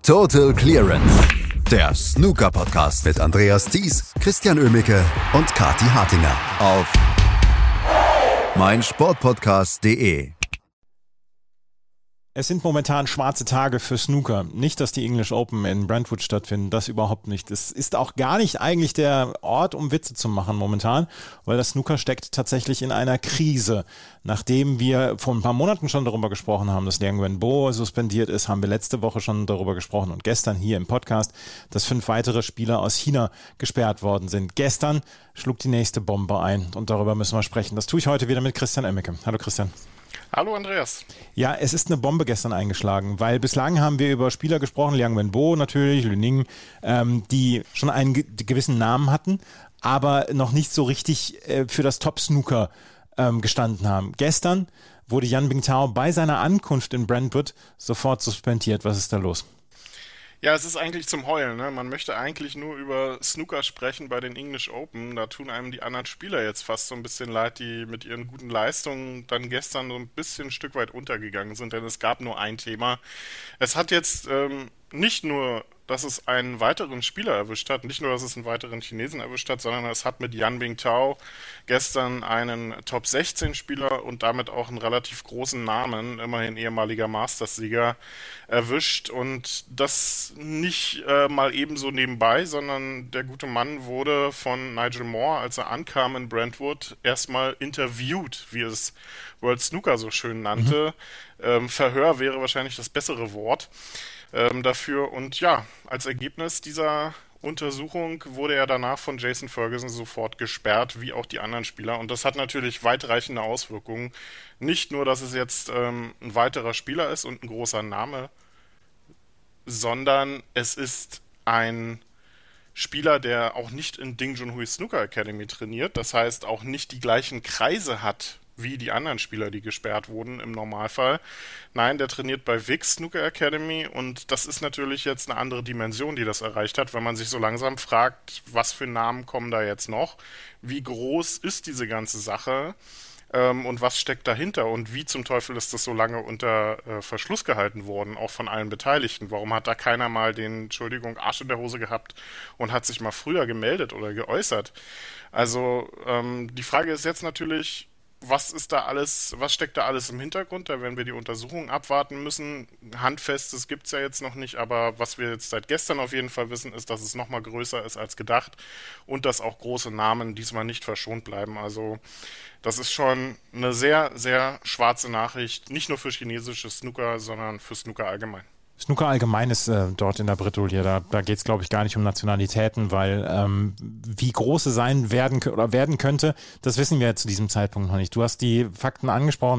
Total Clearance, der Snooker-Podcast mit Andreas Thies, Christian Oemicke und Kati Hartinger auf meinsportpodcast.de. Es sind momentan schwarze Tage für Snooker. Nicht, dass die English Open in Brentwood stattfinden, das überhaupt nicht. Es ist auch gar nicht eigentlich der Ort, um Witze zu machen momentan, weil das Snooker steckt tatsächlich in einer Krise. Nachdem wir vor ein paar Monaten schon darüber gesprochen haben, dass Liang Wenbo suspendiert ist, haben wir letzte Woche schon darüber gesprochen und gestern hier im Podcast, dass 5 weitere Spieler aus China gesperrt worden sind. Gestern schlug die nächste Bombe ein und darüber müssen wir sprechen. Das tue ich heute wieder mit Christian Oemicke. Hallo Christian. Hallo Andreas. Ja, es ist eine Bombe gestern eingeschlagen, weil bislang haben wir über Spieler gesprochen, Liang Wenbo natürlich, Lü Ning, die schon einen gewissen Namen hatten, aber noch nicht so richtig für das Top-Snooker gestanden haben. Gestern wurde Yan Bingtao bei seiner Ankunft in Brentwood sofort suspendiert. Was ist da los? Ja, es ist eigentlich zum Heulen, ne? Man möchte eigentlich nur über Snooker sprechen bei den English Open. Da tun einem die anderen Spieler jetzt fast so ein bisschen leid, die mit ihren guten Leistungen dann gestern so ein Stück weit untergegangen sind, denn es gab nur ein Thema. Es hat jetzt nicht nur, dass es einen weiteren Spieler erwischt hat, nicht nur, dass es einen weiteren Chinesen erwischt hat, sondern es hat mit Yan Bingtao gestern einen Top-16-Spieler und damit auch einen relativ großen Namen, immerhin ehemaliger Masters-Sieger, erwischt. Und das nicht mal ebenso nebenbei, sondern der gute Mann wurde von Nigel Moore, als er ankam in Brentwood, erstmal interviewt, wie es World Snooker so schön nannte. Verhör wäre wahrscheinlich das bessere Wort dafür. Und ja, als Ergebnis dieser Untersuchung wurde er danach von Jason Ferguson sofort gesperrt, wie auch die anderen Spieler. Und das hat natürlich weitreichende Auswirkungen. Nicht nur, dass es jetzt ein weiterer Spieler ist und ein großer Name, sondern es ist ein Spieler, der auch nicht in Ding Junhui Snooker Academy trainiert, das heißt auch nicht die gleichen Kreise hat wie die anderen Spieler, die gesperrt wurden im Normalfall. Nein, der trainiert bei Vic Snooker Academy und das ist natürlich jetzt eine andere Dimension, die das erreicht hat, wenn man sich so langsam fragt, was für Namen kommen da jetzt noch, wie groß ist diese ganze Sache und was steckt dahinter und wie zum Teufel ist das so lange unter Verschluss gehalten worden, auch von allen Beteiligten. Warum hat da keiner mal den, Arsch in der Hose gehabt und hat sich mal früher gemeldet oder geäußert? Also die Frage ist jetzt natürlich, was steckt da alles im Hintergrund? Da werden wir die Untersuchungen abwarten müssen. Handfestes gibt es ja jetzt noch nicht, aber was wir jetzt seit gestern auf jeden Fall wissen, ist, dass es nochmal größer ist als gedacht und dass auch große Namen diesmal nicht verschont bleiben. Also das ist schon eine sehr, sehr schwarze Nachricht, nicht nur für chinesisches Snooker, sondern für Snooker allgemein. Snooker allgemein ist dort in der Bredouille. Da geht es, glaube ich, gar nicht um Nationalitäten, weil wie groß es werden könnte, das wissen wir zu diesem Zeitpunkt noch nicht. Du hast die Fakten angesprochen,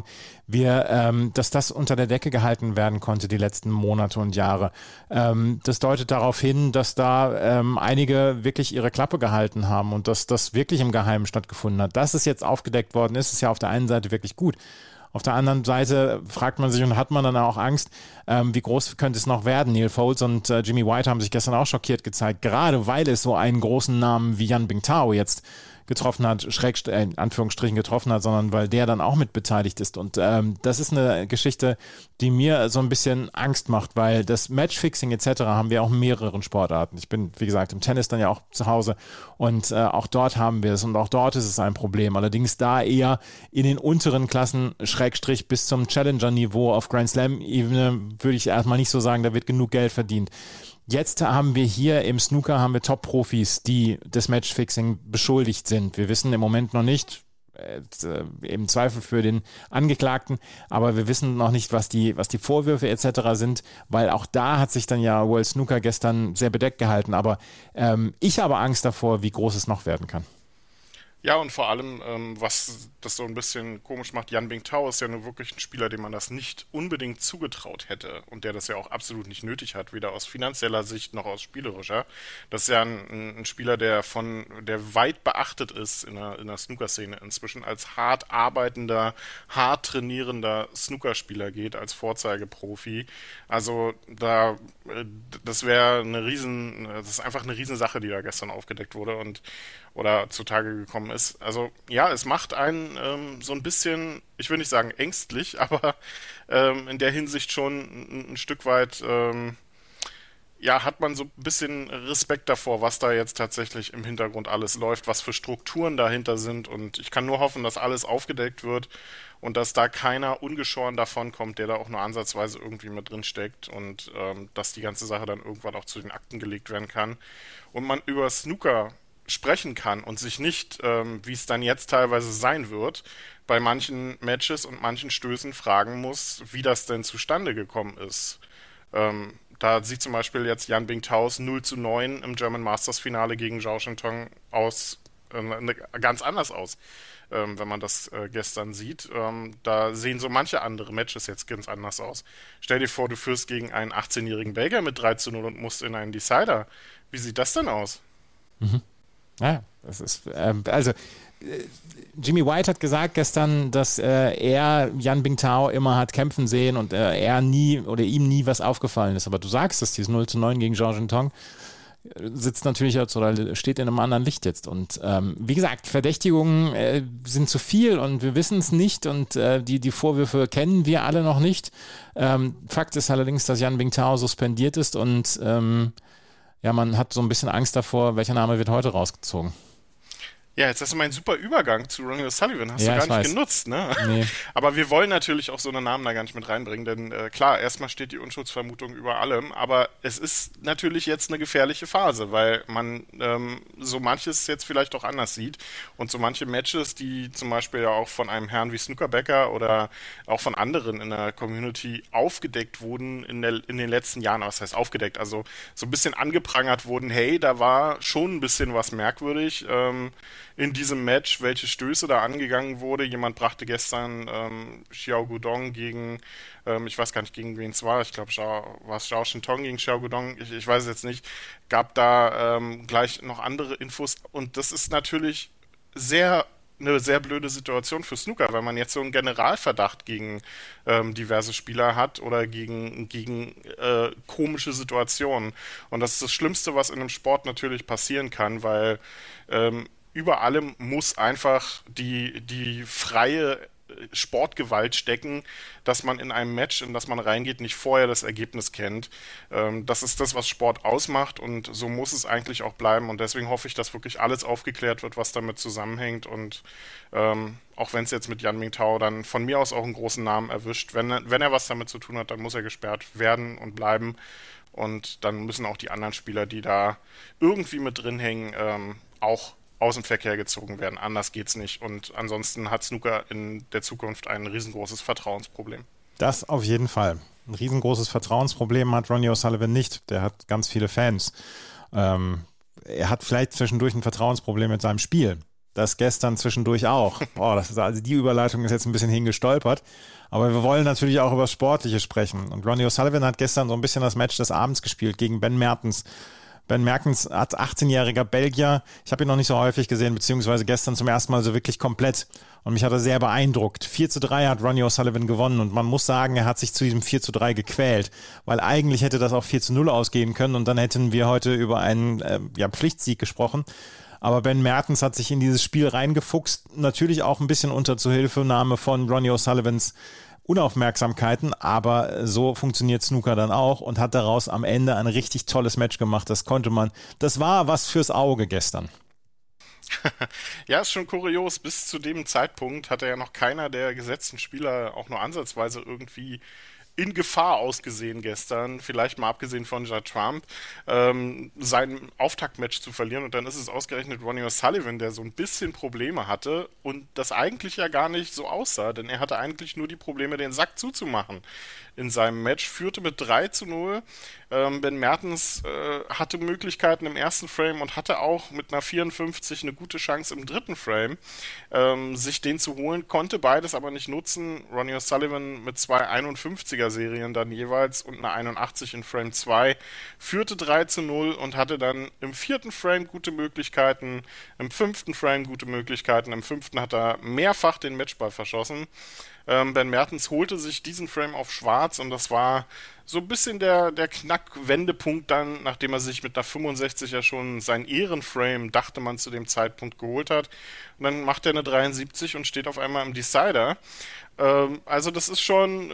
dass das unter der Decke gehalten werden konnte die letzten Monate und Jahre. Das deutet darauf hin, dass da einige wirklich ihre Klappe gehalten haben und dass das wirklich im Geheimen stattgefunden hat. Dass es jetzt aufgedeckt worden ist ja auf der einen Seite wirklich gut. Auf der anderen Seite fragt man sich und hat man dann auch Angst, wie groß könnte es noch werden. Neil Foulds und Jimmy White haben sich gestern auch schockiert gezeigt, gerade weil es so einen großen Namen wie Yan Bingtao jetzt getroffen hat, in Anführungsstrichen getroffen hat, sondern weil der dann auch mit beteiligt ist. Und das ist eine Geschichte, die mir so ein bisschen Angst macht, weil das Matchfixing etc. haben wir auch in mehreren Sportarten. Ich bin, wie gesagt, im Tennis dann ja auch zu Hause und auch dort haben wir es und auch dort ist es ein Problem. Allerdings da eher in den unteren Klassen, / bis zum Challenger-Niveau auf Grand Slam-Ebene würde ich erstmal nicht so sagen, da wird genug Geld verdient. Jetzt haben wir hier im Snooker Top-Profis, die des Matchfixing beschuldigt sind. Wir wissen im Moment noch nicht, im Zweifel für den Angeklagten, aber wir wissen noch nicht, was die Vorwürfe etc. sind, weil auch da hat sich dann ja World Snooker gestern sehr bedeckt gehalten. Aber ich habe Angst davor, wie groß es noch werden kann. Ja, und vor allem, was das so ein bisschen komisch macht, Yan Bingtao ist ja nur wirklich ein Spieler, dem man das nicht unbedingt zugetraut hätte und der das ja auch absolut nicht nötig hat, weder aus finanzieller Sicht noch aus spielerischer. Das ist ja ein Spieler, der weit beachtet ist in der Snooker-Szene inzwischen als hart arbeitender, hart trainierender Snookerspieler geht, als Vorzeigeprofi. Also das ist einfach eine Riesensache, die da gestern aufgedeckt wurde oder zutage gekommen ist. Also ja, es macht einen so ein bisschen, ich will nicht sagen ängstlich, aber in der Hinsicht schon ein Stück weit ja, hat man so ein bisschen Respekt davor, was da jetzt tatsächlich im Hintergrund alles läuft, was für Strukturen dahinter sind. Und ich kann nur hoffen, dass alles aufgedeckt wird und dass da keiner ungeschoren davon kommt, der da auch nur ansatzweise irgendwie mit drin steckt und dass die ganze Sache dann irgendwann auch zu den Akten gelegt werden kann und man über Snooker sprechen kann und sich nicht, wie es dann jetzt teilweise sein wird, bei manchen Matches und manchen Stößen fragen muss, wie das denn zustande gekommen ist. Da sieht zum Beispiel jetzt Yan Bingtaos 0:9 im German Masters Finale gegen Zhao Shintong ganz anders aus, wenn man das gestern sieht. Da sehen so manche andere Matches jetzt ganz anders aus. Stell dir vor, du führst gegen einen 18-jährigen Belgier mit 3:0 und musst in einen Decider. Wie sieht das denn aus? Mhm. Ja, das ist, Jimmy White hat gesagt gestern, dass er Yan Bingtao immer hat kämpfen sehen und ihm nie was aufgefallen ist. Aber du sagst es, dieses 0:9 gegen Zhao Shintong sitzt natürlich jetzt oder steht in einem anderen Licht jetzt. Und wie gesagt, Verdächtigungen sind zu viel und wir wissen es nicht und die Vorwürfe kennen wir alle noch nicht. Fakt ist allerdings, dass Yan Bingtao suspendiert ist und man hat so ein bisschen Angst davor, welcher Name wird heute rausgezogen. Ja, jetzt hast du meinen super Übergang zu Ronnie O'Sullivan. Hast Ja, du gar nicht genutzt, ne? Nee. Aber wir wollen natürlich auch so einen Namen da gar nicht mit reinbringen, denn klar, erstmal steht die Unschuldsvermutung über allem, aber es ist natürlich jetzt eine gefährliche Phase, weil man so manches jetzt vielleicht auch anders sieht und so manche Matches, die zum Beispiel ja auch von einem Herrn wie Snookerbecker oder auch von anderen in der Community aufgedeckt wurden in den letzten Jahren, was heißt aufgedeckt, also so ein bisschen angeprangert wurden, hey, da war schon ein bisschen was merkwürdig, in diesem Match, welche Stöße da angegangen wurde. Jemand brachte gestern Xiao Guodong gegen, ich weiß gar nicht, gegen wen es war, ich glaube, war es Zhao Shintong gegen Xiao Guodong, ich weiß es jetzt nicht, gab da gleich noch andere Infos und das ist natürlich eine sehr blöde Situation für Snooker, weil man jetzt so einen Generalverdacht gegen diverse Spieler hat oder gegen komische Situationen. Und das ist das Schlimmste, was in einem Sport natürlich passieren kann, weil über allem muss einfach die freie Sportgewalt stecken, dass man in einem Match, in das man reingeht, nicht vorher das Ergebnis kennt. Das ist das, was Sport ausmacht und so muss es eigentlich auch bleiben und deswegen hoffe ich, dass wirklich alles aufgeklärt wird, was damit zusammenhängt und auch wenn es jetzt mit Yan Bingtao dann von mir aus auch einen großen Namen erwischt, wenn er was damit zu tun hat, dann muss er gesperrt werden und bleiben und dann müssen auch die anderen Spieler, die da irgendwie mit drin hängen, auch aus dem Verkehr gezogen werden. Anders geht's nicht. Und ansonsten hat Snooker in der Zukunft ein riesengroßes Vertrauensproblem. Das auf jeden Fall. Ein riesengroßes Vertrauensproblem hat Ronnie O'Sullivan nicht. Der hat ganz viele Fans. Er hat vielleicht zwischendurch ein Vertrauensproblem mit seinem Spiel. Das gestern zwischendurch auch. Also die Überleitung ist jetzt ein bisschen hingestolpert. Aber wir wollen natürlich auch über das Sportliche sprechen. Und Ronnie O'Sullivan hat gestern so ein bisschen das Match des Abends gespielt gegen Ben Mertens. Ben Mertens als 18-jähriger Belgier, ich habe ihn noch nicht so häufig gesehen, beziehungsweise gestern zum ersten Mal so wirklich komplett. Und mich hat er sehr beeindruckt. 4:3 hat Ronnie O'Sullivan gewonnen und man muss sagen, er hat sich zu diesem 4:3 gequält, weil eigentlich hätte das auch 4:0 ausgehen können und dann hätten wir heute über einen Pflichtsieg gesprochen. Aber Ben Mertens hat sich in dieses Spiel reingefuchst, natürlich auch ein bisschen unter Zuhilfenahme von Ronnie O'Sullivans Unaufmerksamkeiten, aber so funktioniert Snooker dann auch und hat daraus am Ende ein richtig tolles Match gemacht. Das war was fürs Auge gestern. Ja, ist schon kurios. Bis zu dem Zeitpunkt hatte ja noch keiner der gesetzten Spieler auch nur ansatzweise irgendwie in Gefahr ausgesehen gestern, vielleicht mal abgesehen von Judd Trump, sein Auftaktmatch zu verlieren und dann ist es ausgerechnet Ronnie O'Sullivan, der so ein bisschen Probleme hatte und das eigentlich ja gar nicht so aussah, denn er hatte eigentlich nur die Probleme, den Sack zuzumachen in seinem Match, führte mit 3:0. Ben Mertens hatte Möglichkeiten im ersten Frame und hatte auch mit einer 54 eine gute Chance im dritten Frame, sich den zu holen, konnte beides aber nicht nutzen. Ronnie O'Sullivan mit zwei 51er Serien dann jeweils und eine 81 in Frame 2 führte 3:0 und hatte dann im vierten Frame gute Möglichkeiten, im fünften Frame gute Möglichkeiten, im fünften hat er mehrfach den Matchball verschossen. Ben Mertens holte sich diesen Frame auf schwarz und das war so ein bisschen der Knackwendepunkt dann, nachdem er sich mit einer 65 ja schon sein Ehrenframe, dachte man zu dem Zeitpunkt, geholt hat. Und dann macht er eine 73 und steht auf einmal im Decider. Also das ist schon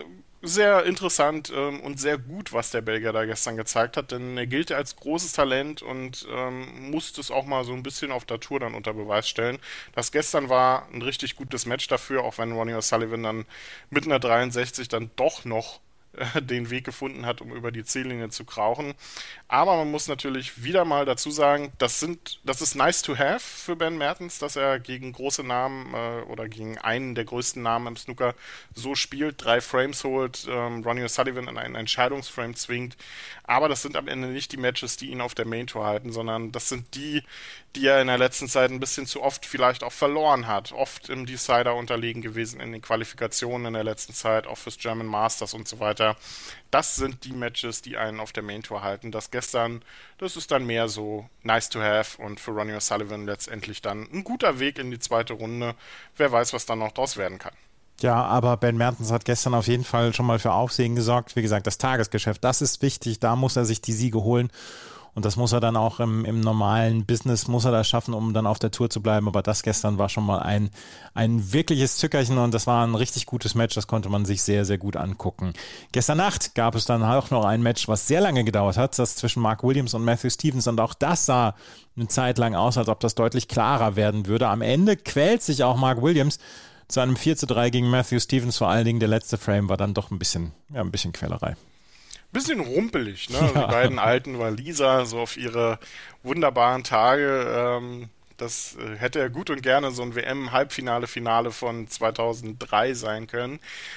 sehr interessant und sehr gut, was der Belgier da gestern gezeigt hat, denn er gilt ja als großes Talent und musste es auch mal so ein bisschen auf der Tour dann unter Beweis stellen. Das gestern war ein richtig gutes Match dafür, auch wenn Ronnie O'Sullivan dann mit einer 63 dann doch noch den Weg gefunden hat, um über die Ziellinie zu krauchen. Aber man muss natürlich wieder mal dazu sagen, das ist nice to have für Ben Mertens, dass er gegen große Namen oder gegen einen der größten Namen im Snooker so spielt, 3 Frames holt, Ronnie O'Sullivan in einen Entscheidungsframe zwingt. Aber das sind am Ende nicht die Matches, die ihn auf der Main Tour halten, sondern das sind die er in der letzten Zeit ein bisschen zu oft vielleicht auch verloren hat. Oft im Decider unterlegen gewesen in den Qualifikationen in der letzten Zeit, auch fürs German Masters und so weiter. Das sind die Matches, die einen auf der Main Tour halten. Das gestern, das ist dann mehr so nice to have und für Ronnie O'Sullivan letztendlich dann ein guter Weg in die zweite Runde. Wer weiß, was dann noch draus werden kann. Ja, aber Ben Mertens hat gestern auf jeden Fall schon mal für Aufsehen gesorgt. Wie gesagt, das Tagesgeschäft, das ist wichtig. Da muss er sich die Siege holen. Und das muss er dann auch im normalen Business, muss er das schaffen, um dann auf der Tour zu bleiben. Aber das gestern war schon mal ein wirkliches Zückerchen und das war ein richtig gutes Match. Das konnte man sich sehr, sehr gut angucken. Gestern Nacht gab es dann auch noch ein Match, was sehr lange gedauert hat, das zwischen Mark Williams und Matthew Stevens. Und auch das sah eine Zeit lang aus, als ob das deutlich klarer werden würde. Am Ende quält sich auch Mark Williams zu einem 4:3 gegen Matthew Stevens. Vor allen Dingen der letzte Frame war dann doch ein bisschen Quälerei. Bisschen rumpelig, ne? Ja. Die beiden alten Waliser, so auf ihre wunderbaren Tage. Das hätte ja gut und gerne so ein WM-Halbfinale-Finale von 2003 sein können.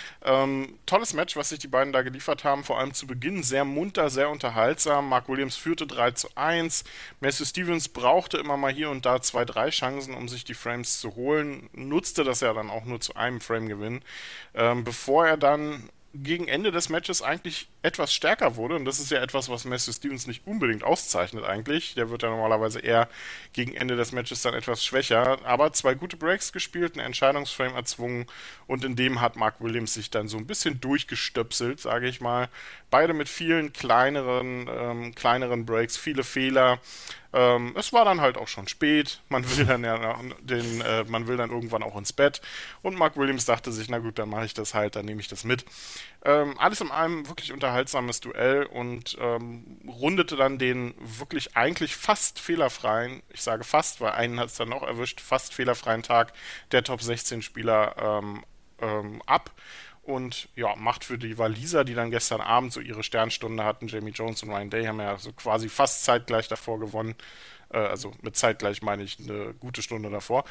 Tolles Match, was sich die beiden da geliefert haben, vor allem zu Beginn sehr munter, sehr unterhaltsam. Mark Williams führte 3:1. Matthew Stevens brauchte immer mal hier und da 2-3 Chancen, um sich die Frames zu holen, nutzte das ja dann auch nur zu einem Frame-Gewinn, bevor er dann gegen Ende des Matches eigentlich etwas stärker wurde. Und das ist ja etwas, was Matthew Stevens nicht unbedingt auszeichnet eigentlich. Der wird ja normalerweise eher gegen Ende des Matches dann etwas schwächer. Aber 2 gute Breaks gespielt, einen Entscheidungsframe erzwungen und in dem hat Mark Williams sich dann so ein bisschen durchgestöpselt, sage ich mal. Beide mit vielen kleineren Breaks, viele Fehler. Es war dann halt auch schon spät. Man will dann irgendwann auch ins Bett. Und Mark Williams dachte sich, na gut, dann mache ich das halt, dann nehme ich das mit. Alles in allem wirklich unterhaltsames Duell und rundete dann den wirklich eigentlich fast fehlerfreien, ich sage fast, weil einen hat es dann noch erwischt, fast fehlerfreien Tag der Top 16 Spieler ab. Und ja, macht für die Waliser, die dann gestern Abend so ihre Sternstunde hatten, Jamie Jones und Ryan Day haben ja so quasi fast zeitgleich davor gewonnen. Also mit zeitgleich meine ich eine gute Stunde davor.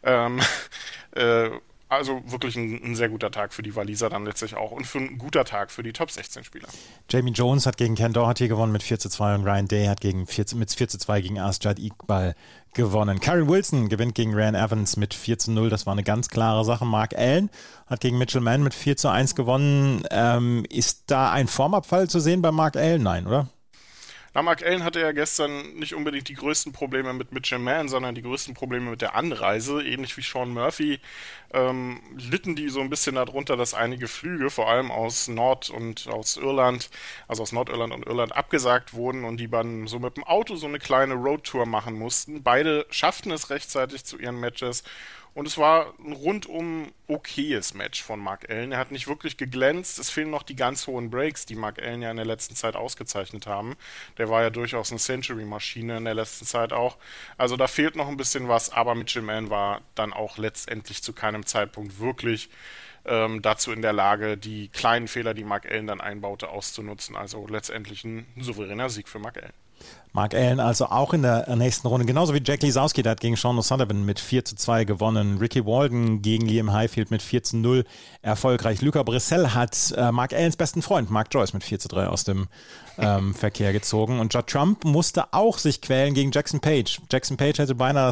Also wirklich ein sehr guter Tag für die Waliser dann letztlich auch und für ein guter Tag für die Top 16 Spieler. Jamie Jones hat gegen Ken Doherty gewonnen mit 4:2 und Ryan Day hat mit 4:2 gegen Asjad Iqbal gewonnen. Karen Wilson gewinnt gegen Ryan Evans mit 4:0. Das war eine ganz klare Sache. Mark Allen hat gegen Mitchell Mann mit 4:1 gewonnen. Ist da ein Formabfall zu sehen bei Mark Allen? Nein, oder? Na, Mark Allen hatte ja gestern nicht unbedingt die größten Probleme mit Mitchell Mann, sondern die größten Probleme mit der Anreise. Ähnlich wie Sean Murphy litten die so ein bisschen darunter, dass einige Flüge, vor allem aus Nord- und aus Irland, also aus Nordirland und Irland, abgesagt wurden und die dann so mit dem Auto so eine kleine Roadtour machen mussten. Beide schafften es rechtzeitig zu ihren Matches. Und es war ein rundum okayes Match von Mark Allen. Er hat nicht wirklich geglänzt. Es fehlen noch die ganz hohen Breaks, die Mark Allen ja in der letzten Zeit ausgezeichnet haben. Der war ja durchaus eine Century-Maschine in der letzten Zeit auch. Also da fehlt noch ein bisschen was, aber Mitchell Mann war dann auch letztendlich zu keinem Zeitpunkt wirklich dazu in der Lage, die kleinen Fehler, die Mark Allen dann einbaute, auszunutzen. Also letztendlich ein souveräner Sieg für Mark Allen. Mark Allen also auch in der nächsten Runde, genauso wie Jack Lisowski, der hat gegen Sean O'Sullivan mit 4:2 gewonnen. Ricky Walden gegen Liam Highfield mit 4:0 erfolgreich. Luca Brissell hat Mark Allens besten Freund Mark Joyce mit 4:3 aus dem Verkehr gezogen. Und Judd Trump musste auch sich quälen gegen Jackson Page. Jackson Page hätte beinahe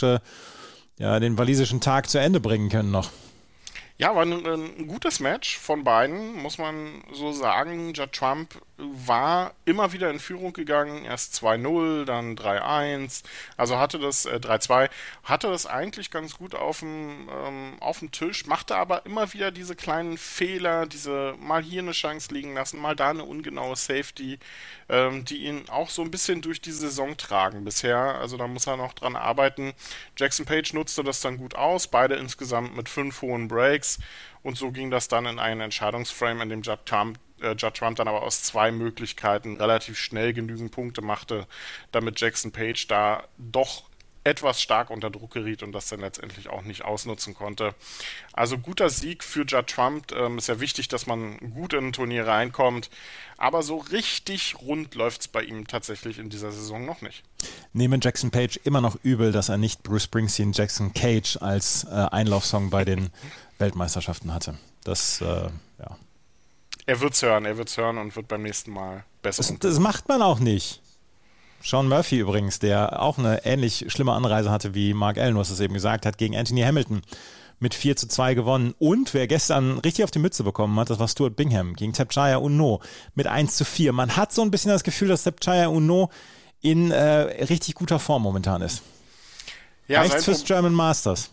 den walisischen Tag zu Ende bringen können noch. Ja, war ein gutes Match von beiden, muss man so sagen. Judd Trump war immer wieder in Führung gegangen, erst 2:0, dann 3:1, also hatte das 3:2, hatte das eigentlich ganz gut auf dem Tisch, machte aber immer wieder diese kleinen Fehler, diese mal hier eine Chance liegen lassen, mal da eine ungenaue Safety, die ihn auch so ein bisschen durch die Saison tragen bisher, also da muss er noch dran arbeiten. Jackson Page nutzte das dann gut aus, beide insgesamt mit 5 hohen Breaks. Breaks. Und so ging das dann in einen Entscheidungsframe, in dem Judd Trump dann aber aus 2 Möglichkeiten relativ schnell genügend Punkte machte, damit Jackson Page da doch etwas stark unter Druck geriet und das dann letztendlich auch nicht ausnutzen konnte. Also guter Sieg für Judd Trump. Ist ja wichtig, dass man gut in ein Turnier reinkommt. Aber so richtig rund läuft es bei ihm tatsächlich in dieser Saison noch nicht. Nehme Jackson Page immer noch übel, dass er nicht Bruce Springsteen Jackson Cage als Einlaufsong bei den Weltmeisterschaften hatte. Das, ja. Er wird's hören und wird beim nächsten Mal besser. Das macht man auch nicht. Sean Murphy übrigens, der auch eine ähnlich schlimme Anreise hatte wie Mark Allen, was es eben gesagt hat, gegen Anthony Hamilton mit 4:2 gewonnen. Und wer gestern richtig auf die Mütze bekommen hat, das war Stuart Bingham gegen Thepchaiya Uno mit 1:4. Man hat so ein bisschen das Gefühl, dass Thepchaiya Uno in richtig guter Form momentan ist. Ja, reicht's fürs German Masters?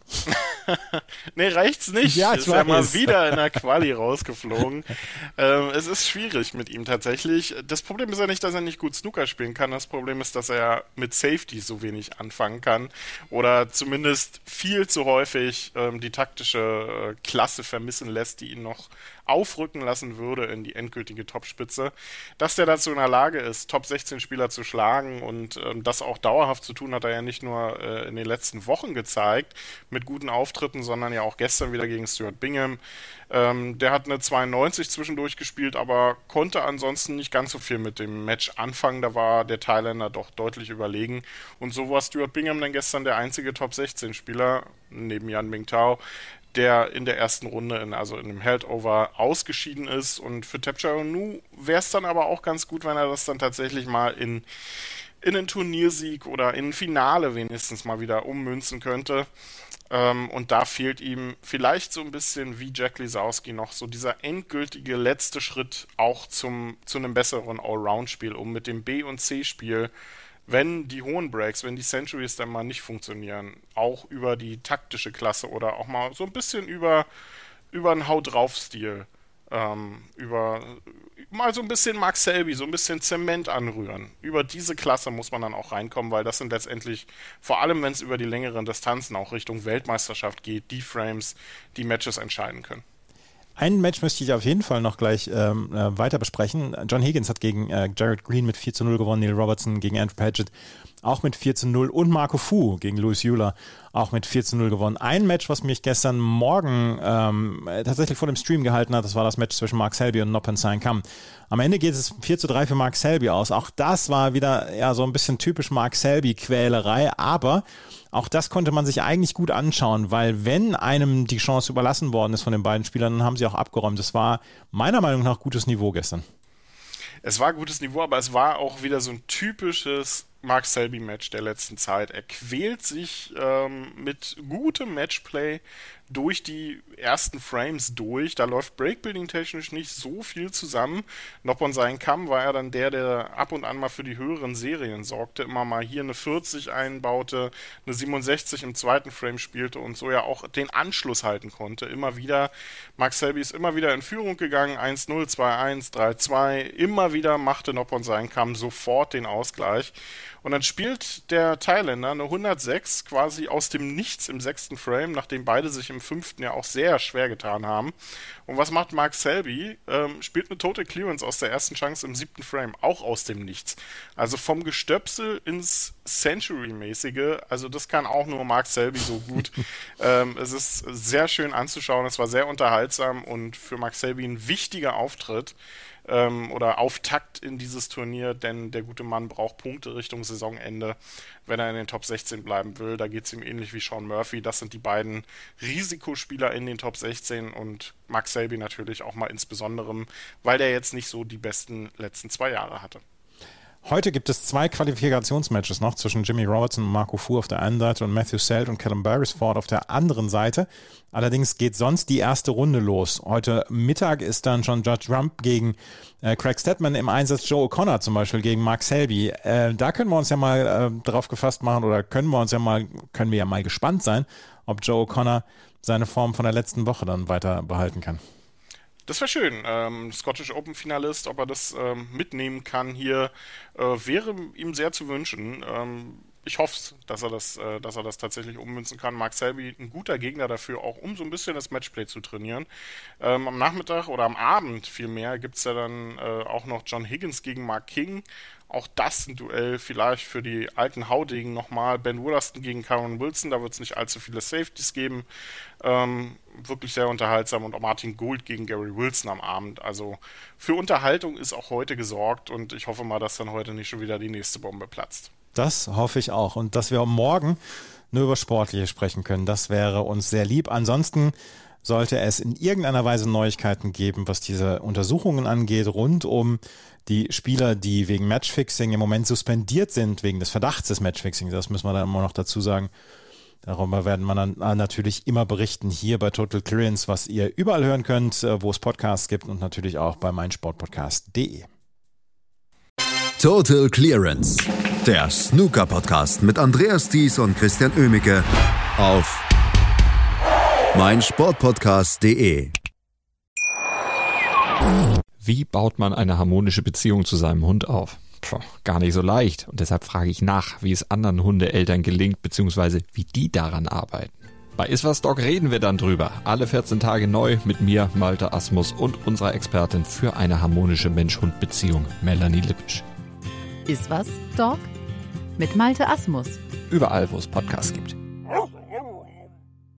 Nee, reicht's nicht. Ja, ist ja mal wieder in der Quali rausgeflogen. Es ist schwierig mit ihm tatsächlich. Das Problem ist ja nicht, dass er nicht gut Snooker spielen kann. Das Problem ist, dass er mit Safety so wenig anfangen kann oder zumindest viel zu häufig die taktische Klasse vermissen lässt, die ihn noch aufrücken lassen würde in die endgültige Topspitze. Dass der dazu in der Lage ist, Top-16-Spieler zu schlagen und das auch dauerhaft zu tun, hat er ja nicht nur in den letzten Wochen gezeigt mit guten Auftritten, sondern ja auch gestern wieder gegen Stuart Bingham. Der hat eine 92 zwischendurch gespielt, aber konnte ansonsten nicht ganz so viel mit dem Match anfangen. Da war der Thailänder doch deutlich überlegen. Und so war Stuart Bingham dann gestern der einzige Top-16-Spieler, neben Yan Mingtao, der in der ersten Runde, also in dem Held-Over, ausgeschieden ist. Und für Thepchaiya Uno wäre es dann aber auch ganz gut, wenn er das dann tatsächlich mal in einen Turniersieg oder in ein Finale wenigstens mal wieder ummünzen könnte. Und da fehlt ihm vielleicht so ein bisschen wie Jack Lisowski noch so dieser endgültige letzte Schritt auch zu einem besseren Allround-Spiel, um mit dem B- und C-Spiel, wenn die hohen Breaks, wenn die Centuries dann mal nicht funktionieren, auch über die taktische Klasse oder auch mal so ein bisschen über einen Haut-drauf-Stil, über mal so ein bisschen Mark Selby, so ein bisschen Zement anrühren. Über diese Klasse muss man dann auch reinkommen, weil das sind letztendlich, vor allem wenn es über die längeren Distanzen auch Richtung Weltmeisterschaft geht, die Frames, die Matches entscheiden können. Ein Match möchte ich auf jeden Fall noch gleich weiter besprechen. John Higgins hat gegen Jared Green mit 4:0 gewonnen, Neil Robertson gegen Andrew Paget auch mit 4:0 und Marco Fu gegen Louis Euler auch mit 4:0 gewonnen. Ein Match, was mich gestern Morgen tatsächlich vor dem Stream gehalten hat, das war das Match zwischen Mark Selby und Nopen Saengkham. Am Ende geht es 4:3 für Mark Selby aus. Auch das war wieder ja so ein bisschen typisch Mark Selby-Quälerei, aber auch das konnte man sich eigentlich gut anschauen, weil wenn einem die Chance überlassen worden ist von den beiden Spielern, dann haben sie auch abgeräumt. Das war meiner Meinung nach gutes Niveau gestern. Es war gutes Niveau, aber es war auch wieder so ein typisches Mark Selby-Match der letzten Zeit. Er quält sich mit gutem Matchplay durch die ersten Frames durch. Da läuft Breakbuilding-technisch nicht so viel zusammen. Noppon Saengkham war ja dann der ab und an mal für die höheren Serien sorgte, immer mal hier eine 40 einbaute, eine 67 im zweiten Frame spielte und so ja auch den Anschluss halten konnte. Immer wieder, Mark Selby ist immer wieder in Führung gegangen, 1-0, 2-1, 3-2. Immer wieder machte Noppon Saengkham sofort den Ausgleich. Und dann spielt der Thailänder eine 106 quasi aus dem Nichts im 6. Frame, nachdem beide sich im 5. ja auch sehr schwer getan haben. Und was macht Mark Selby? Spielt eine Total Clearance aus der ersten Chance im 7. Frame, auch aus dem Nichts. Also vom Gestöpsel ins Century-mäßige, also das kann auch nur Mark Selby so gut. Es ist sehr schön anzuschauen, es war sehr unterhaltsam und für Mark Selby ein wichtiger Auftritt. Oder Auftakt in dieses Turnier, denn der gute Mann braucht Punkte Richtung Saisonende, wenn er in den Top 16 bleiben will. Da geht es ihm ähnlich wie Sean Murphy. Das sind die beiden Risikospieler in den Top 16 und Mark Selby natürlich auch mal insbesondere, weil der jetzt nicht so die besten letzten 2 Jahre hatte. Heute gibt es 2 Qualifikationsmatches noch zwischen Jimmy Robertson und Marco Fu auf der einen Seite und Matthew Selt und Callum Beresford auf der anderen Seite. Allerdings geht sonst die erste Runde los. Heute Mittag ist dann schon Judd Trump gegen Craig Stedman im Einsatz, Joe O'Connor zum Beispiel gegen Mark Selby. Da können wir uns ja mal drauf gefasst machen oder können wir ja mal gespannt sein, ob Joe O'Connor seine Form von der letzten Woche dann weiter behalten kann. Das wäre schön. Scottish Open Finalist, ob er das mitnehmen kann hier, wäre ihm sehr zu wünschen. ich hoffe, dass er das tatsächlich ummünzen kann. Mark Selby, ein guter Gegner dafür, auch um so ein bisschen das Matchplay zu trainieren. Am Nachmittag oder am Abend vielmehr gibt es ja dann auch noch John Higgins gegen Mark King. Auch das ein Duell vielleicht für die alten Haudegen nochmal. Ben Wollaston gegen Kyron Wilson, da wird es nicht allzu viele Safeties geben. Wirklich sehr unterhaltsam. Und auch Martin Gould gegen Gary Wilson am Abend. Also für Unterhaltung ist auch heute gesorgt und ich hoffe mal, dass dann heute nicht schon wieder die nächste Bombe platzt. Das hoffe ich auch. Und dass wir morgen nur über Sportliche sprechen können, das wäre uns sehr lieb. Ansonsten sollte es in irgendeiner Weise Neuigkeiten geben, was diese Untersuchungen angeht, rund um die Spieler, die wegen Matchfixing im Moment suspendiert sind, wegen des Verdachts des Matchfixing. Das müssen wir dann immer noch dazu sagen. Darüber werden wir dann natürlich immer berichten hier bei Total Clearance, was ihr überall hören könnt, wo es Podcasts gibt und natürlich auch bei meinsportpodcast.de. Total Clearance, der Snooker-Podcast mit Andreas Thies und Christian Oemicke auf meinsportpodcast.de. Wie baut man eine harmonische Beziehung zu seinem Hund auf? Gar nicht so leicht. Und deshalb frage ich nach, wie es anderen Hundeeltern gelingt, beziehungsweise wie die daran arbeiten. Bei Iswas Dog reden wir dann drüber. Alle 14 Tage neu mit mir, Malte Asmus und unserer Expertin für eine harmonische Mensch-Hund-Beziehung, Melanie Lippisch. Iswas Dog mit Malte Asmus. Überall, wo es Podcasts gibt.